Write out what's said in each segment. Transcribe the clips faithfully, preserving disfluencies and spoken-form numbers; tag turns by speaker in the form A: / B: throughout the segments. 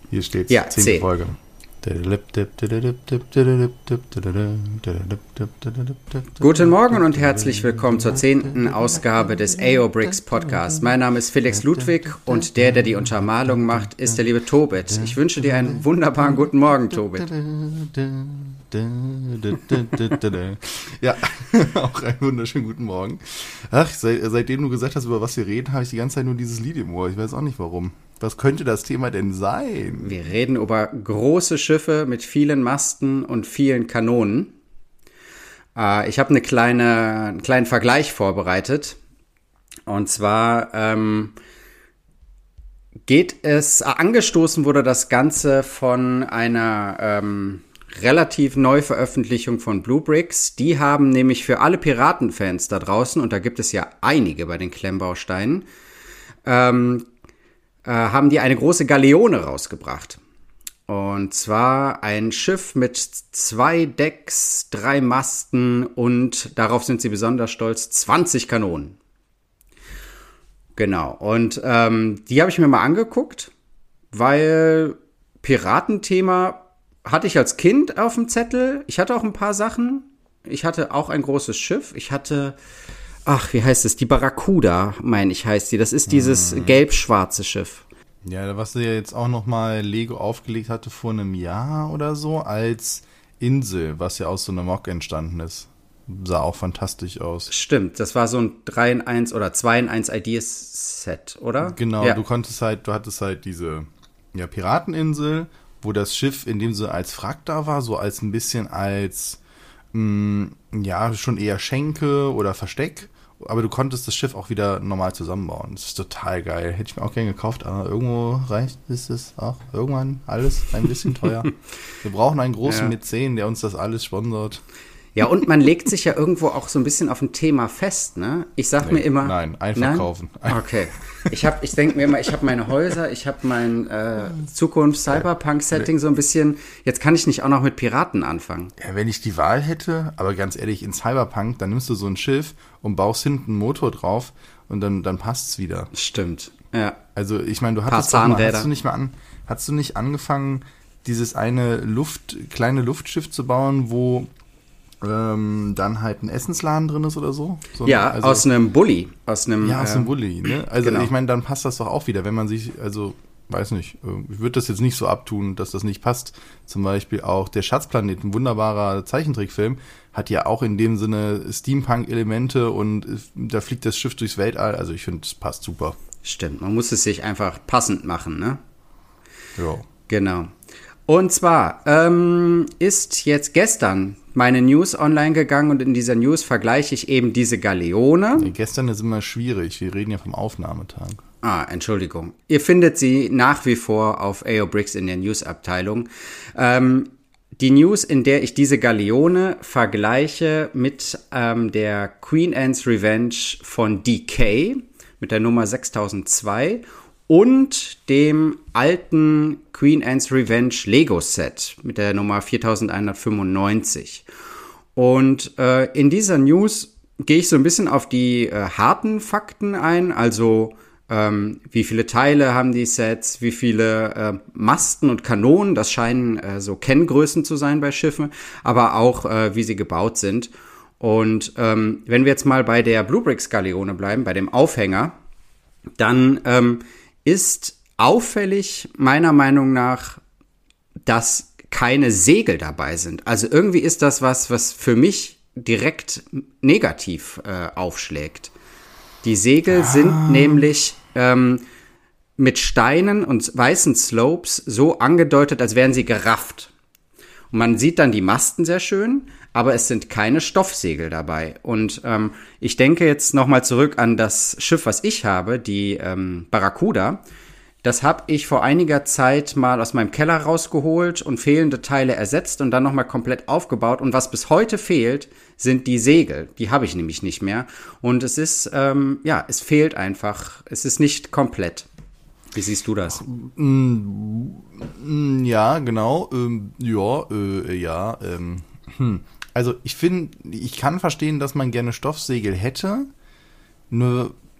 A: Hier steht
B: Ja,
A: zehnte
B: zehn.
A: Folge.
B: Guten Morgen und herzlich willkommen zur zehnten Ausgabe des A O Bricks Podcast. Mein Name ist Felix Ludwig und der, der die Untermalung macht, ist der liebe Tobit. Ich wünsche dir einen wunderbaren guten Morgen, Tobit.
A: Ja, auch einen wunderschönen guten Morgen. Ach, seit, seitdem du gesagt hast, über was wir reden, habe ich die ganze Zeit nur dieses Lied im Ohr. Ich weiß auch nicht warum. Was könnte das Thema denn sein?
B: Wir reden über große Schiffe mit vielen Masten und vielen Kanonen. Äh, ich habe eine kleine, einen kleinen Vergleich vorbereitet. Und zwar ähm, geht es, äh, angestoßen wurde das Ganze von einer ähm, relativ Neuveröffentlichung von Blue Bricks. Die haben nämlich für alle Piratenfans da draußen, und da gibt es ja einige bei den Klemmbausteinen, ähm, haben die eine große Galeone rausgebracht. Und zwar ein Schiff mit zwei Decks, drei Masten und, darauf sind sie besonders stolz, zwanzig Kanonen. Genau, und ähm, die habe ich mir mal angeguckt, weil Piratenthema hatte ich als Kind auf dem Zettel. Ich hatte auch ein paar Sachen. Ich hatte auch ein großes Schiff. Ich hatte... Ach, wie heißt es? Die Barracuda, meine ich, heißt die. Das ist dieses hm. gelb-schwarze Schiff.
A: Ja, was sie ja jetzt auch nochmal Lego aufgelegt hatte vor einem Jahr oder so, als Insel, was ja aus so einem Mock entstanden ist. Sah auch fantastisch aus.
B: Stimmt, das war so ein drei in eins oder zwei in eins Ideas-Set, oder?
A: Genau,
B: ja.
A: du konntest halt, du hattest halt diese ja, Pirateninsel, wo das Schiff in dem Sinne als Wrack da war, so als ein bisschen als, mh, ja, schon eher Schenke oder Versteck. Aber du konntest das Schiff auch wieder normal zusammenbauen. Das ist total geil. Hätte ich mir auch gerne gekauft, aber irgendwo reicht ist es auch irgendwann alles ein bisschen teuer. Wir brauchen einen großen ja. Mäzen, der uns das alles sponsort.
B: Ja, und man legt sich ja irgendwo auch so ein bisschen auf ein Thema fest, ne? Ich sag nee, mir immer...
A: Nein, einfach nein? kaufen.
B: Okay. Ich, hab, ich denke mir immer, ich habe meine Häuser, ich habe mein äh, Zukunft-Cyberpunk-Setting so ein bisschen... Jetzt kann ich nicht auch noch mit Piraten anfangen.
A: Ja, wenn ich die Wahl hätte, aber ganz ehrlich, in Cyberpunk, dann nimmst du so ein Schiff und baust hinten einen Motor drauf und dann, dann passt's wieder.
B: Stimmt, ja.
A: Also ich meine, du hattest doch mal, hast du nicht mal an, hast du nicht angefangen, dieses eine Luft, kleine Luftschiff zu bauen, wo ähm, dann halt ein Essensladen drin ist oder so? so
B: ja,
A: also,
B: aus einem Bulli. Aus einem,
A: ja, aus einem
B: äh,
A: Bulli, ne? Also
B: genau.
A: ich meine, dann passt das doch auch wieder, wenn man sich, also weiß nicht, ich würde das jetzt nicht so abtun, dass das nicht passt. Zum Beispiel auch der Schatzplanet, ein wunderbarer Zeichentrickfilm, hat ja auch in dem Sinne Steampunk-Elemente und da fliegt das Schiff durchs Weltall. Also ich finde, es passt super.
B: Stimmt, man muss es sich einfach passend machen, ne?
A: Ja.
B: Genau. Und zwar ähm, ist jetzt gestern meine News online gegangen und in dieser News vergleiche ich eben diese Galeone.
A: Ja, gestern ist immer schwierig, wir reden ja vom Aufnahmetag.
B: Ah, Entschuldigung. Ihr findet sie nach wie vor auf A O Bricks in der News-Abteilung. Ähm, die News, in der ich diese Galeone vergleiche mit ähm, der Queen Anne's Revenge von D K mit der Nummer sechstausendzwei und dem alten Queen Anne's Revenge Lego-Set mit der Nummer viertausendeinhundertfünfundneunzig. Und äh, in dieser News gehe ich so ein bisschen auf die äh, harten Fakten ein, also Ähm, wie viele Teile haben die Sets, wie viele äh, Masten und Kanonen, das scheinen äh, so Kenngrößen zu sein bei Schiffen, aber auch äh, wie sie gebaut sind. Und ähm, wenn wir jetzt mal bei der Blue Bricks Galeone bleiben, bei dem Aufhänger, dann ähm, ist auffällig meiner Meinung nach, dass keine Segel dabei sind. Also irgendwie ist das was, was für mich direkt negativ äh, aufschlägt. Die Segel ah. sind nämlich ähm, mit Steinen und weißen Slopes so angedeutet, als wären sie gerafft. Und man sieht dann die Masten sehr schön, aber es sind keine Stoffsegel dabei. Und ähm, ich denke jetzt nochmal zurück an das Schiff, was ich habe, die ähm, Barracuda. Das habe ich vor einiger Zeit mal aus meinem Keller rausgeholt und fehlende Teile ersetzt und dann nochmal komplett aufgebaut. Und was bis heute fehlt, sind die Segel. Die habe ich nämlich nicht mehr. Und es ist, ähm, ja, es fehlt einfach. Es ist nicht komplett. Wie siehst du das?
A: Ja, genau. Ähm, ja, äh, ja. Ähm, hm. Also ich finde, ich kann verstehen, dass man gerne Stoffsegel hätte. Nur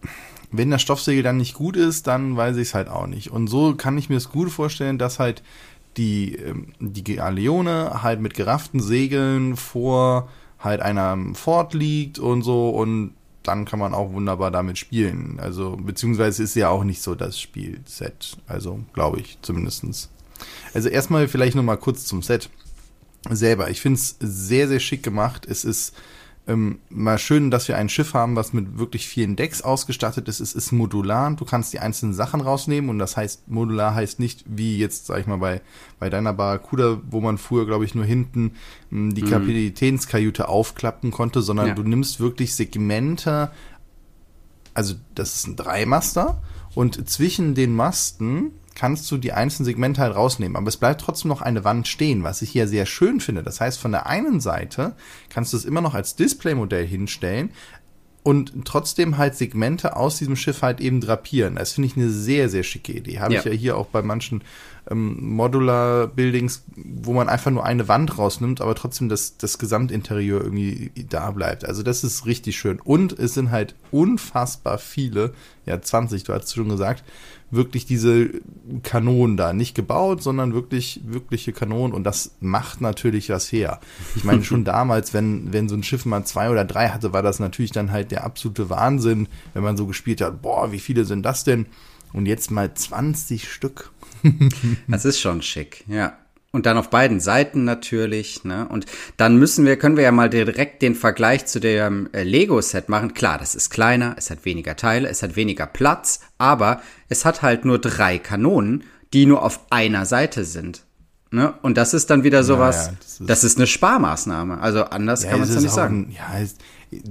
A: wenn das Stoffsegel dann nicht gut ist, dann weiß ich es halt auch nicht. Und so kann ich mir es gut vorstellen, dass halt die, die Galeone halt mit gerafften Segeln vor halt einer Fort liegt und so und dann kann man auch wunderbar damit spielen. Also, beziehungsweise ist ja auch nicht so das Spielset. Also, glaube ich zumindestens. Also erstmal vielleicht noch mal kurz zum Set selber. Ich finde es sehr, sehr schick gemacht. Es ist Ähm, mal schön, dass wir ein Schiff haben, was mit wirklich vielen Decks ausgestattet ist. Es ist modular. Du kannst die einzelnen Sachen rausnehmen und das heißt, modular heißt nicht wie jetzt, sag ich mal, bei, bei deiner Barracuda, wo man früher, glaube ich, nur hinten mh, die mhm. Kapitänskajüte aufklappen konnte, sondern ja. du nimmst wirklich Segmente, also das ist ein Dreimaster und zwischen den Masten kannst du die einzelnen Segmente halt rausnehmen. Aber es bleibt trotzdem noch eine Wand stehen, was ich hier sehr schön finde. Das heißt, von der einen Seite kannst du es immer noch als Displaymodell hinstellen und trotzdem halt Segmente aus diesem Schiff halt eben drapieren. Das finde ich eine sehr, sehr schicke Idee. Habe ja. ich ja hier auch bei manchen ähm, Modular-Buildings, wo man einfach nur eine Wand rausnimmt, aber trotzdem das, das Gesamtinterieur irgendwie da bleibt. Also das ist richtig schön. Und es sind halt unfassbar viele, ja zwanzig, du hast schon gesagt, wirklich diese Kanonen da. Nicht gebaut, sondern wirklich wirkliche Kanonen. Und das macht natürlich was her. Ich meine, schon damals, wenn wenn so ein Schiff mal zwei oder drei hatte, war das natürlich dann halt der absolute Wahnsinn, wenn man so gespielt hat, boah, wie viele sind das denn? Und jetzt mal zwanzig Stück.
B: Das ist schon schick, ja. Und dann auf beiden Seiten natürlich, ne? Und dann müssen wir, können wir ja mal direkt den Vergleich zu dem äh, Lego-Set machen. Klar, das ist kleiner, es hat weniger Teile, es hat weniger Platz, aber es hat halt nur drei Kanonen, die nur auf einer Seite sind. Ne? Und das ist dann wieder sowas, ja, ja, das, ist, das ist eine Sparmaßnahme. Also anders ja, kann man es ja nicht sagen.
A: Ein, ja, es,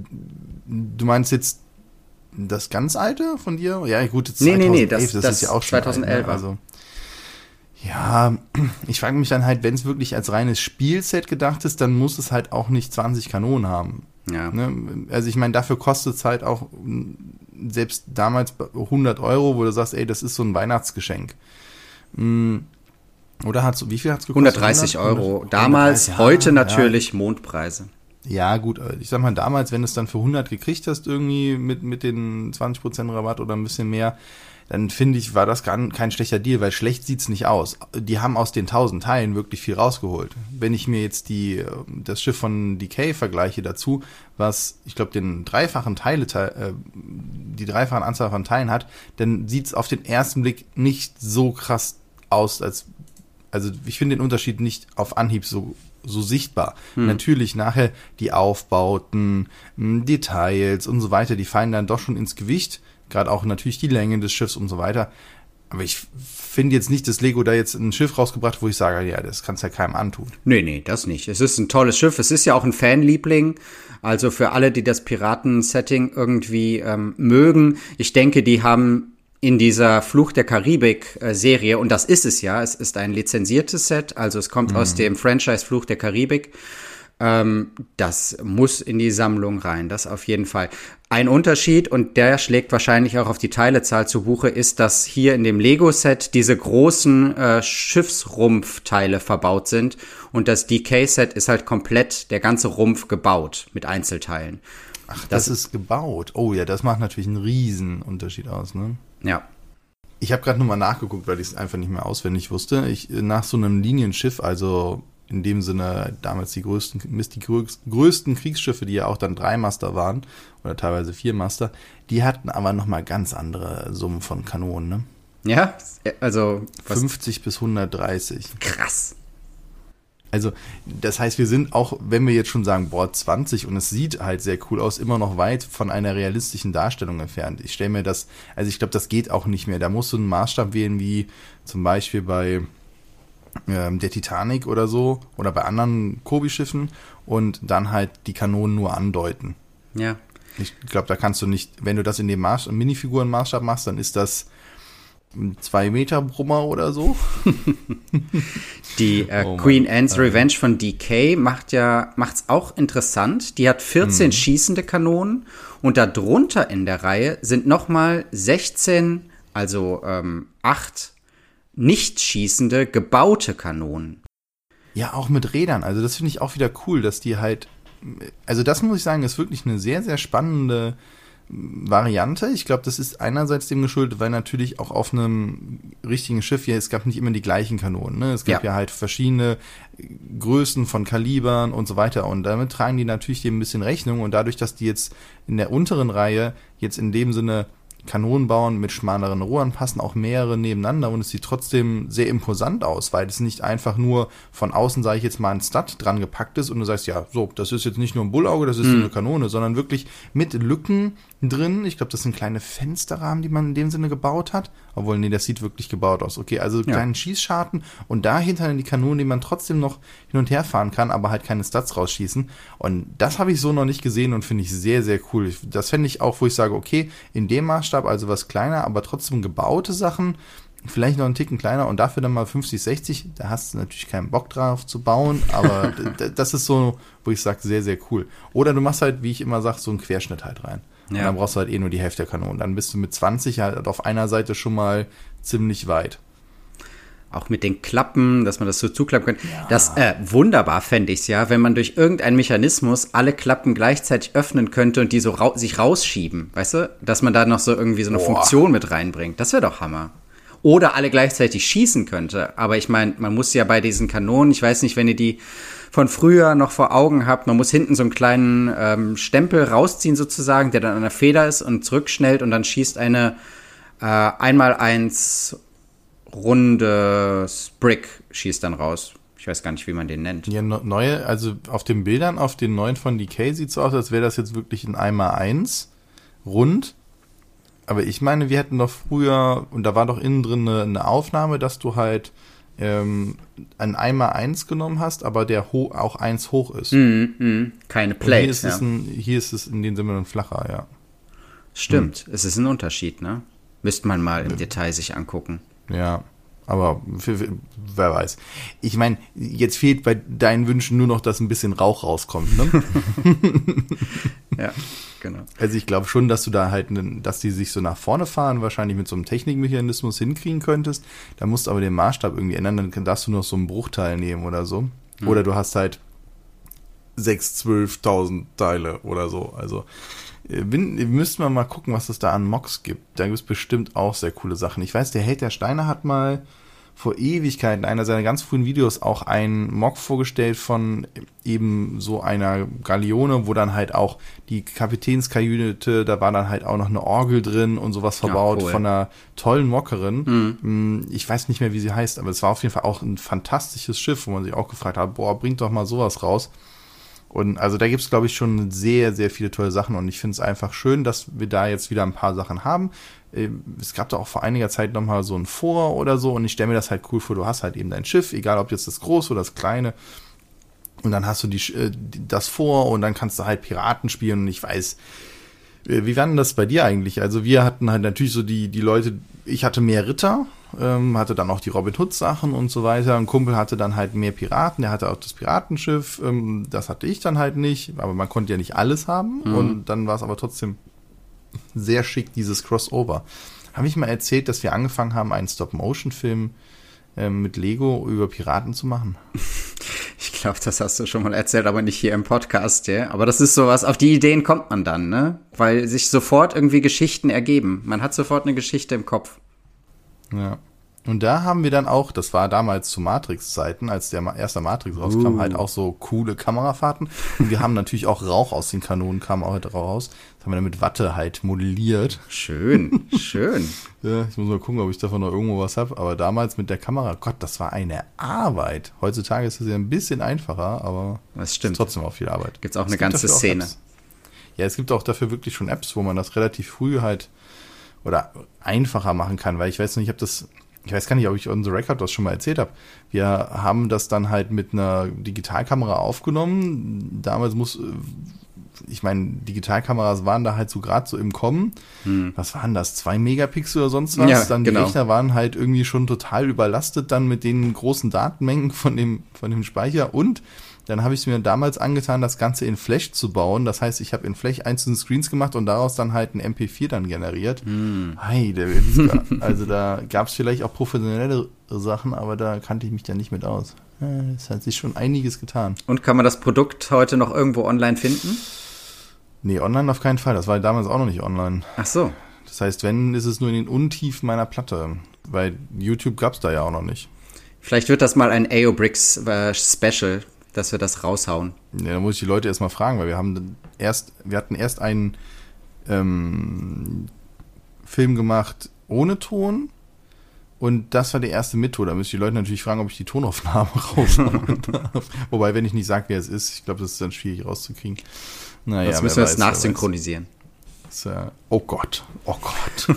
A: du meinst jetzt das ganz alte von dir? Ja, gut,
B: nee, nee, nee, das, das, das ist ja auch schon zweitausendelf.
A: Alt, ne? Also ja, ich frage mich dann halt, wenn es wirklich als reines Spielset gedacht ist, dann muss es halt auch nicht zwanzig Kanonen haben.
B: Ja.
A: Ne? Also ich meine, dafür kostet es halt auch selbst damals hundert Euro, wo du sagst, ey, das ist so ein Weihnachtsgeschenk. Oder hat's, wie viel hat es gekostet?
B: hundertdreißig Euro. Damals, hundertdreißig, heute ja, natürlich ja. Mondpreise.
A: Ja, gut, ich sag mal, damals, wenn du es dann für hundert gekriegt hast, irgendwie mit, mit den zwanzig Prozent Rabatt oder ein bisschen mehr, dann finde ich, war das gar kein schlechter Deal, weil schlecht sieht's nicht aus. Die haben aus den tausend Teilen wirklich viel rausgeholt. Wenn ich mir jetzt die das Schiff von Decay vergleiche dazu, was, ich glaube, den dreifachen Teile, äh, die dreifachen Anzahl von Teilen hat, dann sieht's auf den ersten Blick nicht so krass aus, als, also ich finde den Unterschied nicht auf Anhieb so so sichtbar. Hm. Natürlich nachher die Aufbauten, Details und so weiter, die fallen dann doch schon ins Gewicht. Gerade auch natürlich die Länge des Schiffs und so weiter. Aber ich finde jetzt nicht, dass Lego da jetzt ein Schiff rausgebracht, wo ich sage, ja, das kannst ja keinem antun.
B: Nee, nee, das nicht. Es ist ein tolles Schiff. Es ist ja auch ein Fanliebling. Also für alle, die das Piraten-Setting irgendwie ähm, mögen. Ich denke, die haben in dieser Fluch der Karibik-Serie, und das ist es ja, es ist ein lizenziertes Set, also es kommt mhm. aus dem Franchise Fluch der Karibik. Ähm, das muss in die Sammlung rein, das auf jeden Fall. Ein Unterschied, und der schlägt wahrscheinlich auch auf die Teilezahl zu Buche, ist, dass hier in dem Lego-Set diese großen äh, Schiffsrumpfteile verbaut sind und das D K-Set ist halt komplett der ganze Rumpf gebaut mit Einzelteilen.
A: Ach, das, das ist gebaut. Oh ja, das macht natürlich einen riesen Unterschied aus, ne?
B: Ja.
A: Ich habe gerade nur mal nachgeguckt, weil ich es einfach nicht mehr auswendig wusste. Ich, nach so einem Linienschiff, also in dem Sinne damals die größten, die größten Kriegsschiffe, die ja auch dann Dreimaster waren oder teilweise Viermaster, die hatten aber nochmal ganz andere Summen von Kanonen, ne?
B: Ja, also
A: was? fünfzig bis hundertdreißig.
B: Krass.
A: Also, das heißt, wir sind auch, wenn wir jetzt schon sagen, boah, zwanzig und es sieht halt sehr cool aus, immer noch weit von einer realistischen Darstellung entfernt. Ich stelle mir das, also ich glaube, das geht auch nicht mehr. Da musst du einen Maßstab wählen, wie zum Beispiel bei ähm, der Titanic oder so, oder bei anderen Kobi-Schiffen und dann halt die Kanonen nur andeuten.
B: Ja.
A: Ich glaube, da kannst du nicht, wenn du das in dem Maß, Minifiguren-Maßstab machst, dann ist das zwei Meter Brummer oder so.
B: Die äh, oh Queen Anne's Revenge von D K macht ja, macht's auch interessant. Die hat vierzehn hm. schießende Kanonen und darunter in der Reihe sind nochmal sechzehn, also ähm, acht nicht schießende, gebaute Kanonen.
A: Ja, auch mit Rädern. Also das finde ich auch wieder cool, dass die halt, also das muss ich sagen, ist wirklich eine sehr, sehr spannende Variante. Ich glaube, das ist einerseits dem geschuldet, weil natürlich auch auf einem richtigen Schiff hier, es gab nicht immer die gleichen Kanonen. Ne? Es gab ja. ja halt verschiedene Größen von Kalibern und so weiter. Und damit tragen die natürlich dem ein bisschen Rechnung. Und dadurch, dass die jetzt in der unteren Reihe jetzt in dem Sinne Kanonen bauen mit schmaleren Rohren, passen auch mehrere nebeneinander und es sieht trotzdem sehr imposant aus, weil es nicht einfach nur von außen, sage ich jetzt mal, ein Stud dran gepackt ist und du sagst, ja, so, das ist jetzt nicht nur ein Bullauge, das ist mm. eine Kanone, sondern wirklich mit Lücken drin. Ich glaube, das sind kleine Fensterrahmen, die man in dem Sinne gebaut hat. Obwohl, nee, das sieht wirklich gebaut aus. Okay, also ja. kleinen Schießscharten und dahinter dann die Kanonen, die man trotzdem noch hin und her fahren kann, aber halt keine Studs rausschießen. Und das habe ich so noch nicht gesehen und finde ich sehr, sehr cool. Das fände ich auch, wo ich sage, okay, in dem Maßstab, also was kleiner, aber trotzdem gebaute Sachen, vielleicht noch einen Ticken kleiner und dafür dann mal fünfzig, sechzig, da hast du natürlich keinen Bock drauf zu bauen, aber d- das ist so, wo ich sage, sehr, sehr cool. Oder du machst halt, wie ich immer sage, so einen Querschnitt halt rein. Ja. Und dann brauchst du halt eh nur die Hälfte der Kanonen. Dann bist du mit zwanzig halt auf einer Seite schon mal ziemlich weit.
B: Auch mit den Klappen, dass man das so zuklappen kann. Ja. Das äh, wunderbar fände ich es ja, wenn man durch irgendeinen Mechanismus alle Klappen gleichzeitig öffnen könnte und die so ra- sich rausschieben, weißt du? Dass man da noch so irgendwie so eine Boah. Funktion mit reinbringt. Das wäre doch Hammer. Oder alle gleichzeitig schießen könnte. Aber ich meine, man muss ja bei diesen Kanonen, ich weiß nicht, wenn ihr die von früher noch vor Augen habt, man muss hinten so einen kleinen ähm, Stempel rausziehen sozusagen, der dann an der Feder ist und zurückschnellt und dann schießt eine äh, einmal eins rundes Brick schießt dann raus. Ich weiß gar nicht, wie man den nennt.
A: Ja, neue, also auf den Bildern, auf den neuen von D K sieht es so aus, als wäre das jetzt wirklich ein eins mal eins rund. Aber ich meine, wir hätten doch früher, und da war doch innen drin eine, eine Aufnahme, dass du halt ähm, ein eins mal eins genommen hast, aber der ho- auch eins hoch ist.
B: Mm, mm, keine Plate.
A: Hier ist,
B: ja.
A: es ein, hier ist es in dem Sinne ein flacher, ja.
B: Stimmt, hm. es ist ein Unterschied, ne? Müsste man mal im ja. Detail sich angucken.
A: Ja, aber für, für, wer weiß. Ich meine, jetzt fehlt bei deinen Wünschen nur noch, dass ein bisschen Rauch rauskommt, ne?
B: Ja, genau.
A: Also ich glaube schon, dass du da halt, dass die sich so nach vorne fahren, wahrscheinlich mit so einem Technikmechanismus hinkriegen könntest. Da musst du aber den Maßstab irgendwie ändern, dann darfst du noch so einen Bruchteil nehmen oder so. Mhm. Oder du hast halt sechstausend, zwölftausend Teile oder so. Also müssten wir mal gucken, was es da an Mocks gibt. Da gibt es bestimmt auch sehr coole Sachen. Ich weiß, der Held der Steine hat mal vor Ewigkeiten einer seiner ganz frühen Videos auch einen Mock vorgestellt von eben so einer Galeone, wo dann halt auch die Kapitänskajüte, da war dann halt auch noch eine Orgel drin und sowas verbaut, ja, cool. Von einer tollen Mockerin. Mhm. Ich weiß nicht mehr, wie sie heißt, aber es war auf jeden Fall auch ein fantastisches Schiff, wo man sich auch gefragt hat, boah, bringt doch mal sowas raus. Und also da gibt es, glaube ich, schon sehr, sehr viele tolle Sachen und ich finde es einfach schön, dass wir da jetzt wieder ein paar Sachen haben. Es gab da auch vor einiger Zeit nochmal so ein Fort oder so und ich stelle mir das halt cool vor, du hast halt eben dein Schiff, egal ob jetzt das große oder das kleine und dann hast du die, das Fort und dann kannst du halt Piraten spielen und ich weiß, wie war denn das bei dir eigentlich? Also wir hatten halt natürlich so die, die Leute, ich hatte mehr Ritter, ähm, hatte dann auch die Robin Hood Sachen und so weiter. Ein Kumpel hatte dann halt mehr Piraten, der hatte auch das Piratenschiff, ähm, das hatte ich dann halt nicht, aber man konnte ja nicht alles haben mhm. und dann war es aber trotzdem sehr schick, dieses Crossover. Habe ich mal erzählt, dass wir angefangen haben, einen Stop-Motion-Film ähm, mit Lego über Piraten zu machen?
B: Ich glaube, das hast du schon mal erzählt, aber nicht hier im Podcast, ja. Aber das ist sowas, auf die Ideen kommt man dann, ne? Weil sich sofort irgendwie Geschichten ergeben. Man hat sofort eine Geschichte im Kopf.
A: Ja. Und da haben wir dann auch, das war damals zu Matrix-Zeiten, als der erste Matrix rauskam, uh. halt auch so coole Kamerafahrten. Und wir haben natürlich auch Rauch aus den Kanonen, kam auch halt raus. Das haben wir dann mit Watte halt modelliert.
B: Schön, schön.
A: Ja, ich muss mal gucken, ob ich davon noch irgendwo was habe. Aber damals mit der Kamera, Gott, das war eine Arbeit. Heutzutage ist es ja ein bisschen einfacher, aber
B: das stimmt.
A: Ist trotzdem auch viel Arbeit.
B: Gibt's auch es eine gibt ganze Szene.
A: Ja, es gibt auch dafür wirklich schon Apps, wo man das relativ früh halt oder einfacher machen kann, weil ich weiß nicht, ich habe das, ich weiß gar nicht, ob ich on the record das schon mal erzählt habe. Wir haben das dann halt mit einer Digitalkamera aufgenommen. Damals muss, ich meine, Digitalkameras waren da halt so gerade so im Kommen. Hm. Was waren das? Zwei Megapixel oder sonst was?
B: Ja,
A: dann die
B: genau.
A: Rechner waren halt irgendwie schon total überlastet dann mit den großen Datenmengen von dem, von dem Speicher und dann habe ich es mir damals angetan, das Ganze in Flash zu bauen. Das heißt, ich habe in Flash einzelne Screens gemacht und daraus dann halt ein M P vier dann generiert. Mm. Hi, der Witzka. Also da gab es vielleicht auch professionelle Sachen, aber da kannte ich mich dann nicht mit aus. Es hat sich schon einiges getan.
B: Und kann man das Produkt heute noch irgendwo online finden?
A: Nee, online auf keinen Fall. Das war damals auch noch nicht online.
B: Ach so.
A: Das heißt, wenn, ist es nur in den Untiefen meiner Platte. Weil YouTube gab es da ja auch noch nicht.
B: Vielleicht wird das mal ein A O Bricks äh, Special, dass wir das raushauen.
A: Ja, da muss ich die Leute erstmal fragen, weil wir haben erst, wir hatten erst einen ähm, Film gemacht ohne Ton und das war der erste mit Ton. Da müsste ich die Leute natürlich fragen, ob ich die Tonaufnahme raushauen darf. Wobei, wenn ich nicht sage, wer es ist, ich glaube, das ist dann schwierig rauszukriegen. Naja,
B: das müssen wir jetzt nachsynchronisieren.
A: Ja, oh Gott, oh Gott.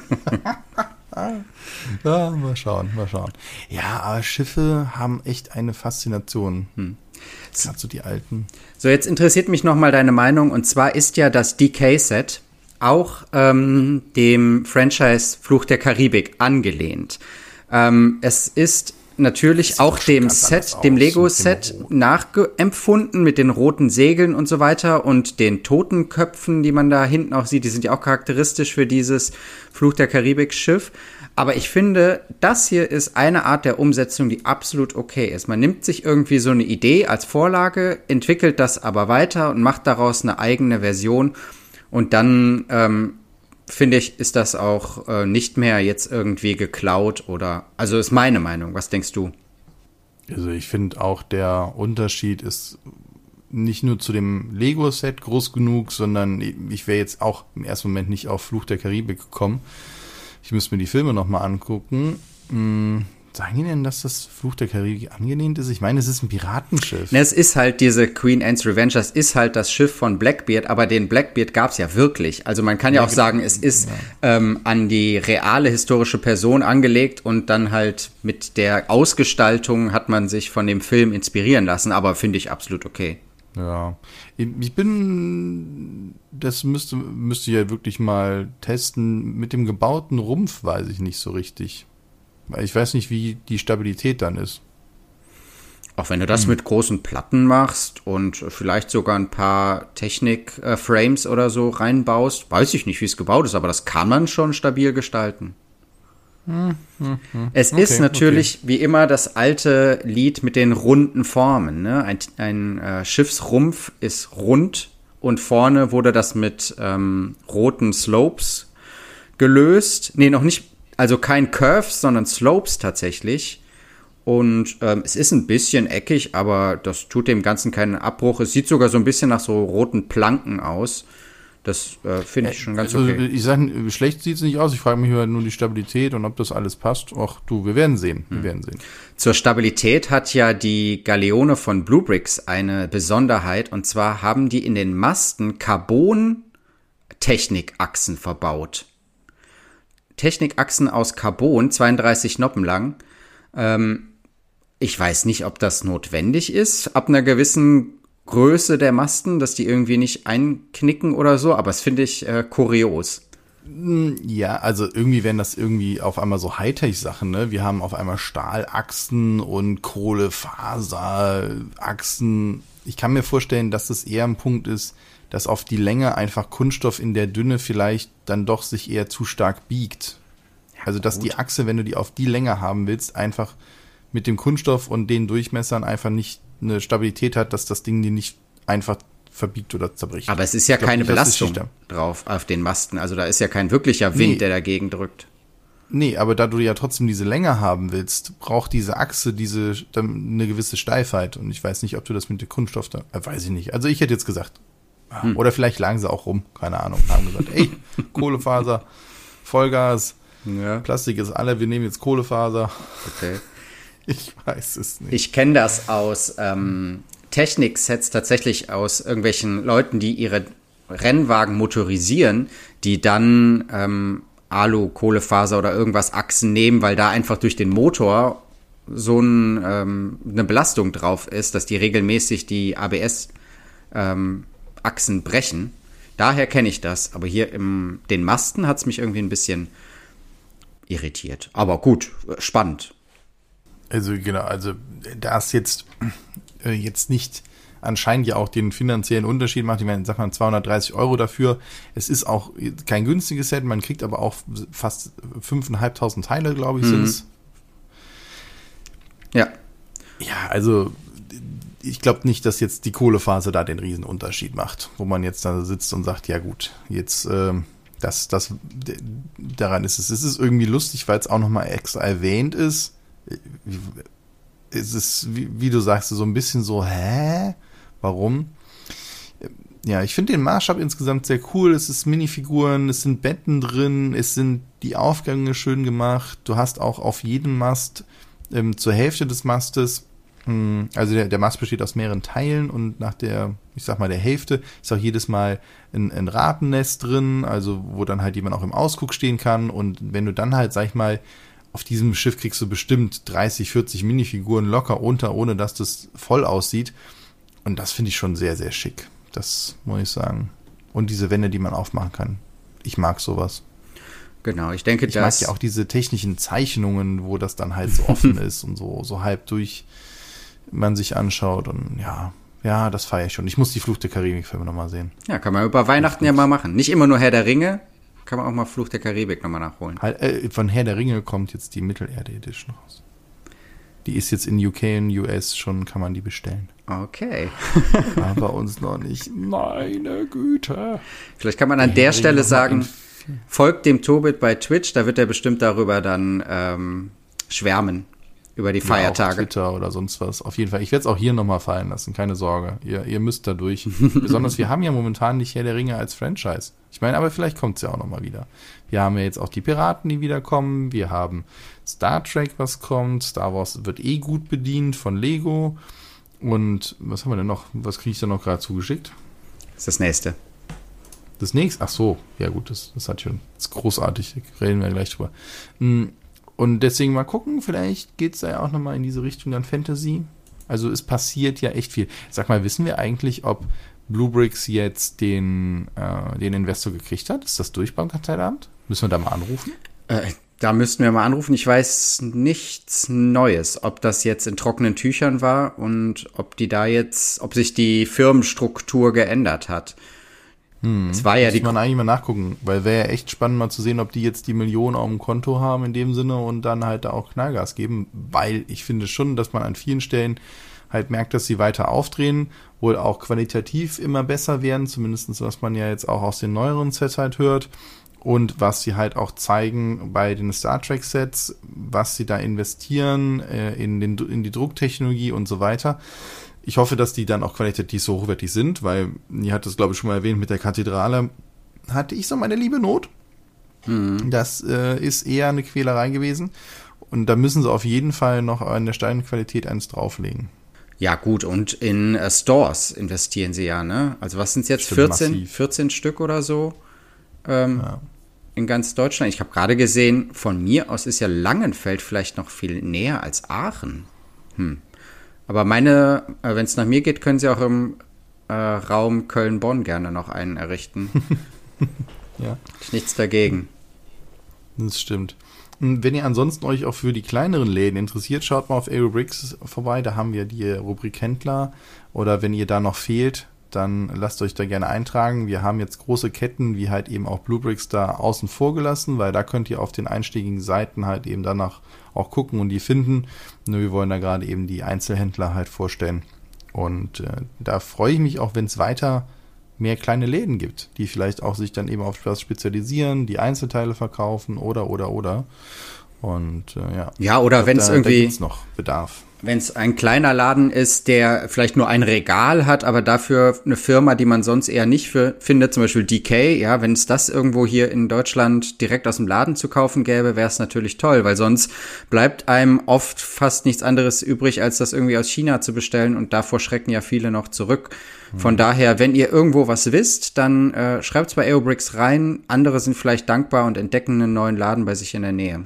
A: Ja, mal schauen, mal schauen. Ja, aber Schiffe haben echt eine Faszination. Hm. Gerade so die alten.
B: So, jetzt interessiert mich nochmal deine Meinung. Und zwar ist ja das D K-Set auch ähm, dem Franchise Fluch der Karibik angelehnt. Ähm, es ist natürlich auch dem Set, dem Lego-Set nachempfunden mit den roten Segeln und so weiter und den Totenköpfen, die man da hinten auch sieht. Die sind ja auch charakteristisch für dieses Fluch der Karibik-Schiff. Aber ich finde, das hier ist eine Art der Umsetzung, die absolut okay ist. Man nimmt sich irgendwie so eine Idee als Vorlage, entwickelt das aber weiter und macht daraus eine eigene Version. Und dann, ähm, finde ich, ist das auch äh, nicht mehr jetzt irgendwie geklaut oder, also ist meine Meinung. Was denkst du?
A: Also ich finde auch, der Unterschied ist nicht nur zu dem Lego-Set groß genug, sondern ich wäre jetzt auch im ersten Moment nicht auf Fluch der Karibik gekommen. Ich müsste mir die Filme nochmal angucken. Hm, sagen die denn, dass das Fluch der Karibik angelehnt ist? Ich meine, es ist ein Piratenschiff.
B: Ne, es ist halt diese Queen Anne's Revenge, das ist halt das Schiff von Blackbeard, aber den Blackbeard gab es ja wirklich. Also man kann ja, ja auch sagen, es ist ja. ähm, an die reale historische Person angelegt und dann halt mit der Ausgestaltung hat man sich von dem Film inspirieren lassen, aber finde ich absolut okay.
A: Ja, ich bin, das müsste, müsste ich ja wirklich mal testen. Mit dem gebauten Rumpf weiß ich nicht so richtig. Weil ich weiß nicht, wie die Stabilität dann ist.
B: Auch wenn du das hm. mit großen Platten machst und vielleicht sogar ein paar Technik-Frames oder so reinbaust, weiß ich nicht, wie es gebaut ist, aber das kann man schon stabil gestalten. Hm, hm, hm. Es okay, ist natürlich okay. wie immer das alte Lied mit den runden Formen. Ne? Ein, ein äh, Schiffsrumpf ist rund und vorne wurde das mit ähm, roten Slopes gelöst. Nee, noch nicht, also kein Curves, sondern Slopes tatsächlich. Und ähm, es ist ein bisschen eckig, aber das tut dem Ganzen keinen Abbruch. Es sieht sogar so ein bisschen nach so roten Planken aus. Das äh, finde ich schon ganz
A: also,
B: okay.
A: Ich sage, schlecht sieht es nicht aus. Ich frage mich nur die Stabilität und ob das alles passt. Ach du, wir werden sehen. Wir hm. werden sehen.
B: Zur Stabilität hat ja die Galeone von Blue Bricks eine Besonderheit. Und zwar haben die in den Masten Carbon-Technikachsen verbaut. Technikachsen aus Carbon, zweiunddreißig Noppen lang. Ähm, ich weiß nicht, ob das notwendig ist, ab einer gewissen Größe der Masten, dass die irgendwie nicht einknicken oder so, aber das finde ich äh, kurios.
A: Ja, also irgendwie werden das irgendwie auf einmal so Hightech-Sachen, ne? Wir haben auf einmal Stahlachsen und Kohlefaserachsen. Ich kann mir vorstellen, dass das eher ein Punkt ist, dass auf die Länge einfach Kunststoff in der Dünne vielleicht dann doch sich eher zu stark biegt. Ja, also dass gut. Die Achse, wenn du die auf die Länge haben willst, einfach mit dem Kunststoff und den Durchmessern einfach nicht eine Stabilität hat, dass das Ding die nicht einfach verbiegt oder zerbricht.
B: Aber es ist ja keine nicht, Belastung drauf auf den Masten. Also da ist ja kein wirklicher Wind, nee. der dagegen drückt.
A: Nee, aber da du ja trotzdem diese Länge haben willst, braucht diese Achse diese eine gewisse Steifheit. Und ich weiß nicht, ob du das mit dem Kunststoff da... Äh, weiß ich nicht. Also ich hätte jetzt gesagt... Hm. Oder vielleicht lagen sie auch rum. Keine Ahnung. Haben gesagt, ey, Kohlefaser, Vollgas, ja. Plastik ist alle, wir nehmen jetzt Kohlefaser.
B: Okay.
A: Ich weiß es nicht.
B: Ich kenne das aus ähm, Technik-Sets tatsächlich aus irgendwelchen Leuten, die ihre Rennwagen motorisieren, die dann ähm, Alu, Kohlefaser oder irgendwas Achsen nehmen, weil da einfach durch den Motor so ein, ähm, eine Belastung drauf ist, dass die regelmäßig die A B S-Achsen ähm, brechen. Daher kenne ich das. Aber hier im den Masten hat es mich irgendwie ein bisschen irritiert. Aber gut, spannend.
A: Also genau, also da es jetzt, äh, jetzt nicht anscheinend ja auch den finanziellen Unterschied macht, ich meine, sagt man zweihundertdreißig Euro dafür, es ist auch kein günstiges Set, man kriegt aber auch fast fünftausendfünfhundert Teile, glaube ich, mhm. sind es.
B: Ja.
A: Ja, also ich glaube nicht, dass jetzt die Kohlephase da den Riesenunterschied macht, wo man jetzt da sitzt und sagt, ja gut, jetzt ähm, das, das daran ist es. Es ist irgendwie lustig, weil es auch nochmal extra erwähnt ist. Es ist, wie, wie du sagst, so ein bisschen so, hä? Warum? Ja, ich finde den Maßstab insgesamt sehr cool. Es ist Minifiguren, es sind Betten drin, es sind die Aufgänge schön gemacht. Du hast auch auf jedem Mast ähm, zur Hälfte des Mastes, mh, also der, der Mast besteht aus mehreren Teilen und nach der, ich sag mal, der Hälfte ist auch jedes Mal ein, ein Ratennest drin, also wo dann halt jemand auch im Ausguck stehen kann. Und wenn du dann halt, sag ich mal, auf diesem Schiff kriegst du bestimmt dreißig, vierzig Minifiguren locker unter, ohne dass das voll aussieht. Und das finde ich schon sehr, sehr schick. Das muss ich sagen. Und diese Wände, die man aufmachen kann. Ich mag sowas.
B: Genau, ich denke,
A: ich
B: das...
A: Ich mag ja auch diese technischen Zeichnungen, wo das dann halt so offen ist und so, so halb durch man sich anschaut. Und ja, ja, das feiere ich schon. Ich muss die Fluch der Karibik-Filme nochmal sehen.
B: Ja, kann man über Weihnachten ja mal machen. Nicht immer nur Herr der Ringe, kann man auch mal Fluch der Karibik nochmal nachholen.
A: Halt, äh, von Herr der Ringe kommt jetzt die Mittelerde-Edition raus. Die ist jetzt in U K und U S schon, kann man die bestellen.
B: Okay.
A: Aber bei uns noch nicht. Meine Güte.
B: Vielleicht kann man an der Stelle sagen, folgt dem Tobit bei Twitch, da wird er bestimmt darüber dann ähm, schwärmen, über die Feiertage.
A: Ja, auf Twitter oder sonst was. Auf jeden Fall. Ich werde es auch hier nochmal fallen lassen, keine Sorge. Ihr, ihr müsst da durch. Besonders, wir haben ja momentan nicht Herr der Ringe als Franchise. Ich meine, aber vielleicht kommt es ja auch nochmal wieder. Wir haben ja jetzt auch die Piraten, die wiederkommen. Wir haben Star Trek, was kommt. Star Wars wird eh gut bedient von Lego. Und was haben wir denn noch? Was kriege ich da noch gerade zugeschickt?
B: Das ist das nächste.
A: Das nächste? Ach so. Ja gut, das, das hat schon. Das ist großartig. Da reden wir gleich drüber. Und deswegen mal gucken. Vielleicht geht es da ja auch nochmal in diese Richtung dann Fantasy. Also es passiert ja echt viel. Sag mal, wissen wir eigentlich, ob Bluebricks jetzt den, äh, den Investor gekriegt hat? Ist das durch beim Kartellamt? Müssen wir da mal anrufen?
B: Äh, da müssten wir mal anrufen. Ich weiß nichts Neues, ob das jetzt in trockenen Tüchern war und ob die da jetzt, ob sich die Firmenstruktur geändert hat.
A: Hm.
B: Es war ja
A: Muss
B: die
A: man eigentlich mal nachgucken, weil wäre ja echt spannend mal zu sehen, ob die jetzt die Millionen auf dem Konto haben in dem Sinne und dann halt da auch Knallgas geben, weil ich finde schon, dass man an vielen Stellen halt merkt, dass sie weiter aufdrehen, wohl auch qualitativ immer besser werden, zumindest was man ja jetzt auch aus den neueren Sets halt hört und was sie halt auch zeigen bei den Star Trek Sets, was sie da investieren äh, in, den, in die Drucktechnologie und so weiter. Ich hoffe, dass die dann auch qualitativ so hochwertig sind, weil, ihr hattet es glaube ich schon mal erwähnt, mit der Kathedrale hatte ich so meine liebe Not. Mhm. Das äh, ist eher eine Quälerei gewesen und da müssen sie auf jeden Fall noch an der Steinqualität eins drauflegen.
B: Ja gut, und in äh, Stores investieren sie ja, ne? Also was sind es jetzt,
A: Stimmt,
B: vierzehn,
A: massiv.
B: vierzehn Stück oder so ähm,
A: Ja.
B: in ganz Deutschland? Ich habe gerade gesehen, von mir aus ist ja Langenfeld vielleicht noch viel näher als Aachen. Hm. Aber meine, äh, wenn es nach mir geht, können sie auch im äh, Raum Köln-Bonn gerne noch einen errichten.
A: Ja.
B: Nichts dagegen.
A: Das stimmt. Wenn ihr ansonsten euch auch für die kleineren Läden interessiert, schaut mal auf Aerobricks vorbei. Da haben wir die Rubrik Händler. Oder wenn ihr da noch fehlt, dann lasst euch da gerne eintragen. Wir haben jetzt große Ketten, wie halt eben auch Bluebricks da außen vor gelassen, weil da könnt ihr auf den einschlägigen Seiten halt eben danach auch gucken und die finden. Nur wir wollen da gerade eben die Einzelhändler halt vorstellen. Und äh, da freue ich mich auch, wenn es weiter mehr kleine Läden gibt, die vielleicht auch sich dann eben auf was spezialisieren, die Einzelteile verkaufen oder, oder, oder. Und äh, ja.
B: Ja, oder wenn es irgendwie...
A: Da gibt's noch Bedarf.
B: Wenn es ein kleiner Laden ist, der vielleicht nur ein Regal hat, aber dafür eine Firma, die man sonst eher nicht für, findet, zum Beispiel D K, ja, wenn es das irgendwo hier in Deutschland direkt aus dem Laden zu kaufen gäbe, wäre es natürlich toll, weil sonst bleibt einem oft fast nichts anderes übrig, als das irgendwie aus China zu bestellen und davor schrecken ja viele noch zurück. Von mhm. daher, wenn ihr irgendwo was wisst, dann äh, schreibt's bei Aerobricks rein. Andere sind vielleicht dankbar und entdecken einen neuen Laden bei sich in der Nähe.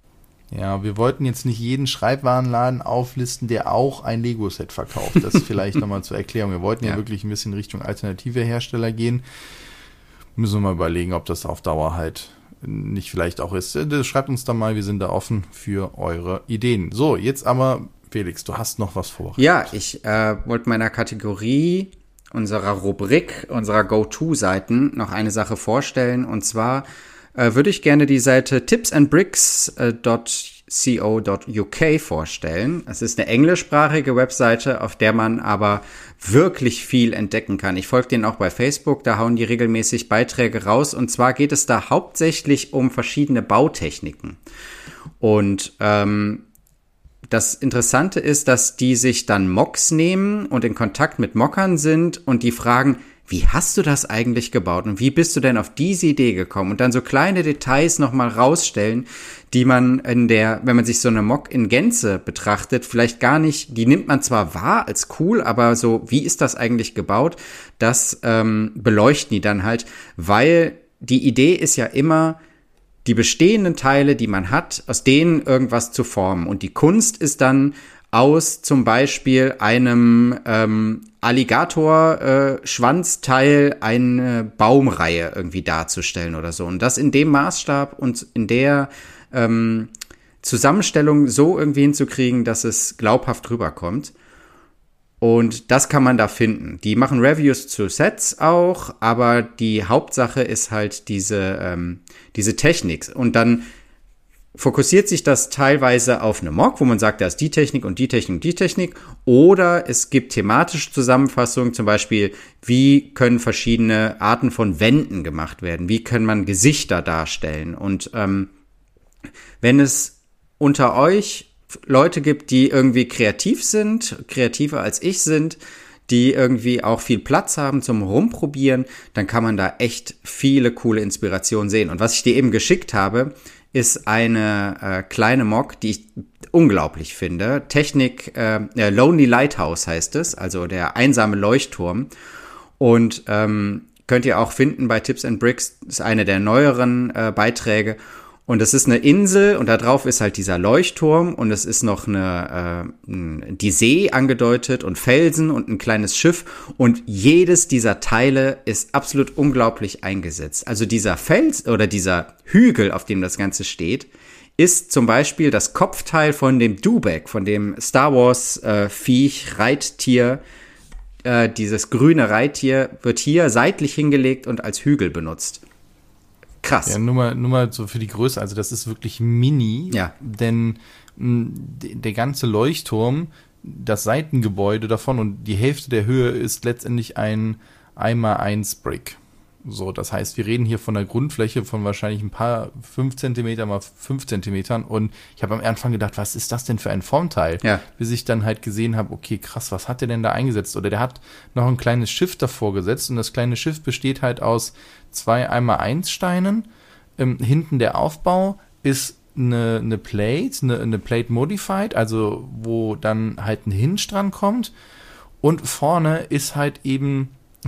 A: Ja, wir wollten jetzt nicht jeden Schreibwarenladen auflisten, der auch ein Lego-Set verkauft. Das vielleicht nochmal zur Erklärung. Wir wollten ja. ja wirklich ein bisschen Richtung alternative Hersteller gehen. Müssen wir mal überlegen, ob das auf Dauer halt nicht vielleicht auch ist. Schreibt uns da mal, wir sind da offen für eure Ideen. So, jetzt aber, Felix, du hast noch was vor.
B: Ja, ich äh, wollte meiner Kategorie, unserer Rubrik, unserer Go-To-Seiten noch eine Sache vorstellen. Und zwar äh, würde ich gerne die Seite tipsandbricks dot co dot u k vorstellen. Es ist eine englischsprachige Webseite, auf der man aber wirklich viel entdecken kann. Ich folge denen auch bei Facebook, da hauen die regelmäßig Beiträge raus. Und zwar geht es da hauptsächlich um verschiedene Bautechniken. Und ähm, das Interessante ist, dass die sich dann Mocks nehmen und in Kontakt mit Mockern sind und die fragen, wie hast du das eigentlich gebaut und wie bist du denn auf diese Idee gekommen? Und dann so kleine Details nochmal rausstellen, die man in der, wenn man sich so eine Mock in Gänze betrachtet, vielleicht gar nicht, die nimmt man zwar wahr als cool, aber so, wie ist das eigentlich gebaut? Das ähm, beleuchten die dann halt, weil die Idee ist ja immer, die bestehenden Teile, die man hat, aus denen irgendwas zu formen. Und die Kunst ist dann aus zum Beispiel einem ähm, Alligator-Schwanzteil äh, eine Baumreihe irgendwie darzustellen oder so. Und das in dem Maßstab und in der ähm, Zusammenstellung so irgendwie hinzukriegen, dass es glaubhaft rüberkommt. Und das kann man da finden. Die machen Reviews zu Sets auch, aber die Hauptsache ist halt diese, ähm, diese Technik. Und dann fokussiert sich das teilweise auf eine Mock, wo man sagt, da ist die Technik und die Technik und die Technik. Oder es gibt thematische Zusammenfassungen, zum Beispiel, wie können verschiedene Arten von Wänden gemacht werden? Wie kann man Gesichter darstellen? Und ähm, wenn es unter euch Leute gibt, die irgendwie kreativ sind, kreativer als ich sind, die irgendwie auch viel Platz haben zum Rumprobieren, dann kann man da echt viele coole Inspirationen sehen. Und was ich dir eben geschickt habe, ist eine äh, kleine Mock, die ich unglaublich finde. Technik, äh, Lonely Lighthouse heißt es, also der einsame Leuchtturm. Und ähm, könnt ihr auch finden bei Tips and Bricks, ist eine der neueren äh, Beiträge. Und es ist eine Insel und da drauf ist halt dieser Leuchtturm und es ist noch eine äh, die See angedeutet und Felsen und ein kleines Schiff und jedes dieser Teile ist absolut unglaublich eingesetzt. Also dieser Fels oder dieser Hügel, auf dem das Ganze steht, ist zum Beispiel das Kopfteil von dem Dewback, von dem Star Wars äh, Viech, Reittier. Äh, dieses grüne Reittier wird hier seitlich hingelegt und als Hügel benutzt. Krass.
A: Ja, nur mal, nur mal so für die Größe, also das ist wirklich mini,
B: ja.
A: Denn mh, der ganze Leuchtturm, das Seitengebäude davon und die Hälfte der Höhe ist letztendlich ein eins mal eins Brick. So, das heißt, wir reden hier von einer Grundfläche von wahrscheinlich ein paar fünf Zentimeter mal fünf Zentimetern und ich habe am Anfang gedacht, was ist das denn für ein Formteil?
B: Ja.
A: Bis ich dann halt gesehen habe, okay, krass, was hat der denn da eingesetzt? Oder der hat noch ein kleines Schiff davor gesetzt und das kleine Schiff besteht halt aus zwei eins mal eins Steinen. Ähm, hinten der Aufbau ist eine, eine Plate, eine, eine Plate Modified, also wo dann halt ein Hinge dran kommt und vorne ist halt eben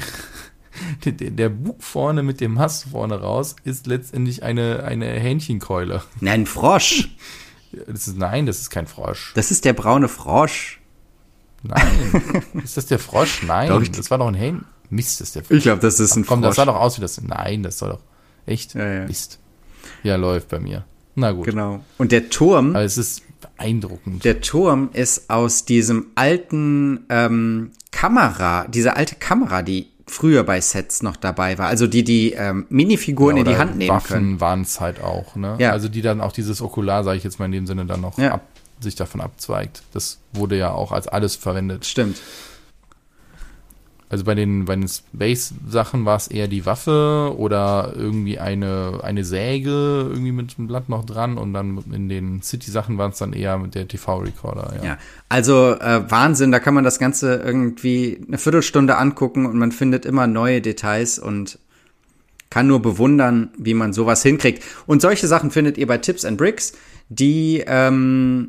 A: Der, der Bug vorne mit dem Mast vorne raus ist letztendlich eine, eine Hähnchenkeule.
B: Nein, ein Frosch.
A: Das ist, nein, das ist kein Frosch.
B: Das ist der braune Frosch.
A: Nein. Ist das der Frosch? Nein.
B: Doch, ich,
A: das war doch ein Hähn. Mist, das ist der Frosch.
B: Ich glaube, das ist ein
A: Ach, komm,
B: Frosch.
A: Das sah doch aus wie das. Nein, das soll doch. Echt?
B: Ja, ja.
A: Mist. Ja, läuft bei mir. Na gut.
B: Genau. Und der Turm.
A: Aber es ist beeindruckend.
B: Der Turm ist aus diesem alten ähm, Kamera, diese alte Kamera, die früher bei Sets noch dabei war, also die die ähm, Minifiguren
A: ja,
B: in die Hand nehmen
A: Waffen
B: können.
A: waren es halt auch, ne?
B: Ja.
A: Also die dann auch dieses Okular, sage ich jetzt mal in dem Sinne, dann noch
B: ja.
A: ab, sich davon abzweigt. Das wurde ja auch als alles verwendet.
B: Stimmt.
A: Also bei den, bei den Space-Sachen war es eher die Waffe oder irgendwie eine, eine Säge irgendwie mit einem Blatt noch dran und dann in den City-Sachen war es dann eher mit der T V-Recorder. Ja,
B: ja. Also äh, Wahnsinn, da kann man das Ganze irgendwie eine Viertelstunde angucken und man findet immer neue Details und kann nur bewundern, wie man sowas hinkriegt. Und solche Sachen findet ihr bei Tips and Bricks, die ähm,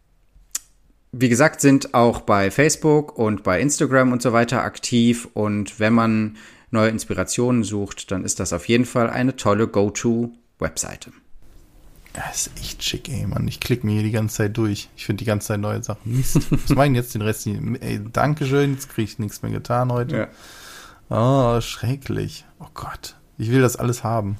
B: wie gesagt, sind auch bei Facebook und bei Instagram und so weiter aktiv. Und wenn man neue Inspirationen sucht, dann ist das auf jeden Fall eine tolle Go-To-Webseite.
A: Das ist echt schick, ey, Mann. Ich klicke mir hier die ganze Zeit durch. Ich finde die ganze Zeit neue Sachen. Mist. Was meinen jetzt den Rest? Ey, Dankeschön, jetzt kriege ich nichts mehr getan heute. Ja. Oh, schrecklich. Oh Gott. Ich will das alles haben.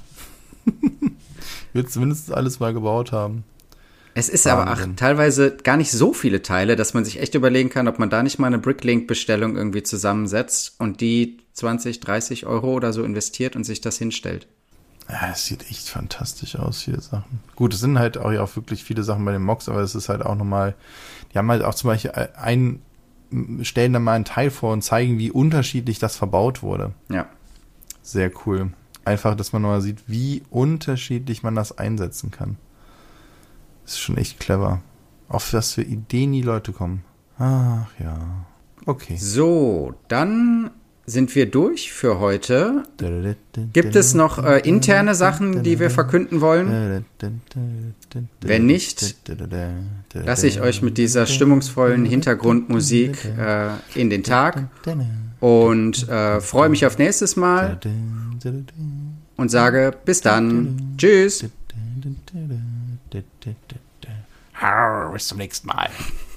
A: Ich will zumindest alles mal gebaut haben.
B: Es ist aber auch teilweise gar nicht so viele Teile, dass man sich echt überlegen kann, ob man da nicht mal eine Bricklink-Bestellung irgendwie zusammensetzt und die zwanzig, dreißig Euro oder so investiert und sich das hinstellt.
A: Ja, es sieht echt fantastisch aus, viele Sachen. Gut, es sind halt auch ja auch wirklich viele Sachen bei den Mocks, aber es ist halt auch nochmal, die haben halt auch zum Beispiel ein, stellen da mal einen Teil vor und zeigen, wie unterschiedlich das verbaut wurde.
B: Ja.
A: Sehr cool. Einfach, dass man nochmal sieht, wie unterschiedlich man das einsetzen kann. Das ist schon echt clever. Auf was für Ideen die Leute kommen. Ach ja. Okay.
B: So, dann sind wir durch für heute. Gibt es noch äh, interne Sachen, die wir verkünden wollen? Wenn nicht, lasse ich euch mit dieser stimmungsvollen Hintergrundmusik äh, in den Tag und äh, freue mich auf nächstes Mal und sage bis dann. Tschüss.
A: Bis zum nächsten Mal.